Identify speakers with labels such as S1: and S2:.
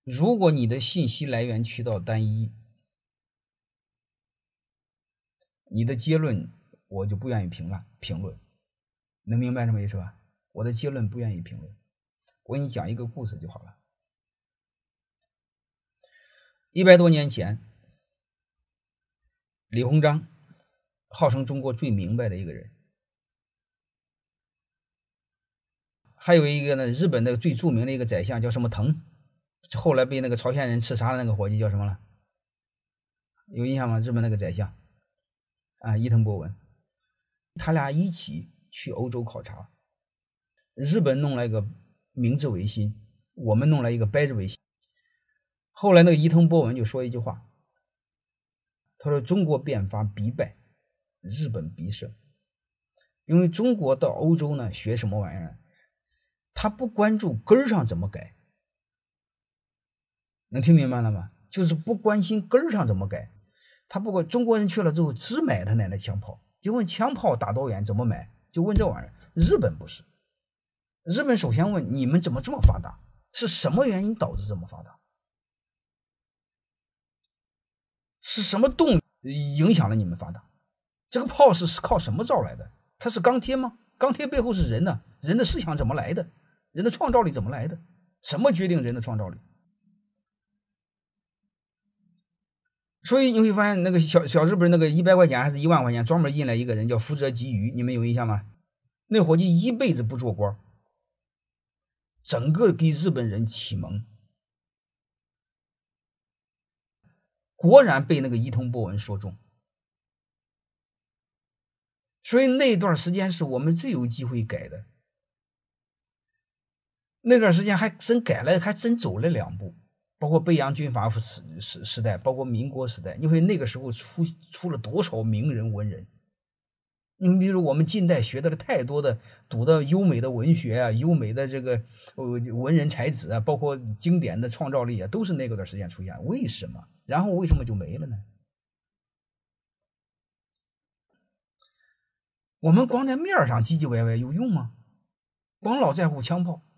S1: 如果你的信息来源渠道单一，你的结论我就不愿意评论，能明白什么意思吧？我的结论不愿意评论，我给你讲一个故事就好了。100多年前，李鸿章号称中国最明白的一个人，还有一个呢，日本的最著名的一个宰相叫什么藤，后来被那个朝鲜人刺杀的那个伙计叫什么了？有印象吗？日本那个宰相啊，伊藤博文，他俩一起去欧洲考察，日本弄了一个明治维新，我们弄了一个白治维新。后来那个伊藤博文就说一句话，他说中国变法必败，日本必胜。因为中国到欧洲呢学什么玩意儿，他不关注根儿上怎么改，能听明白了吗？就是不关心根儿上怎么改。他不管中国人去了之后只买他那枪炮，就问枪炮打多远怎么买，就问这玩意儿。日本不是，日本首先问你们怎么这么发达，是什么原因导致这么发达，是什么动影响了你们发达，这个炮是靠什么造来的？它是钢铁吗？钢铁背后是人呢，人的思想怎么来的，人的创造力怎么来的，什么决定人的创造力？所以你会发现那个小日本那个100块钱还是1万块钱专门印来一个人叫福泽吉余，你们有印象吗？那伙计一辈子不做官，整个给日本人启蒙，果然被那个伊藤博文说中。所以那段时间是我们最有机会改的，那段时间还真改了，还真走了2步，包括北洋军阀时代，包括民国时代，因为那个时候出了多少名人文人。你比如我们近代学到了太多的读的优美的文学啊，优美的这个文人才子啊，包括经典的创造力啊，都是那个段时间出现。为什么？然后为什么就没了呢？我们光在面上唧唧歪歪有用吗？光老在乎枪炮，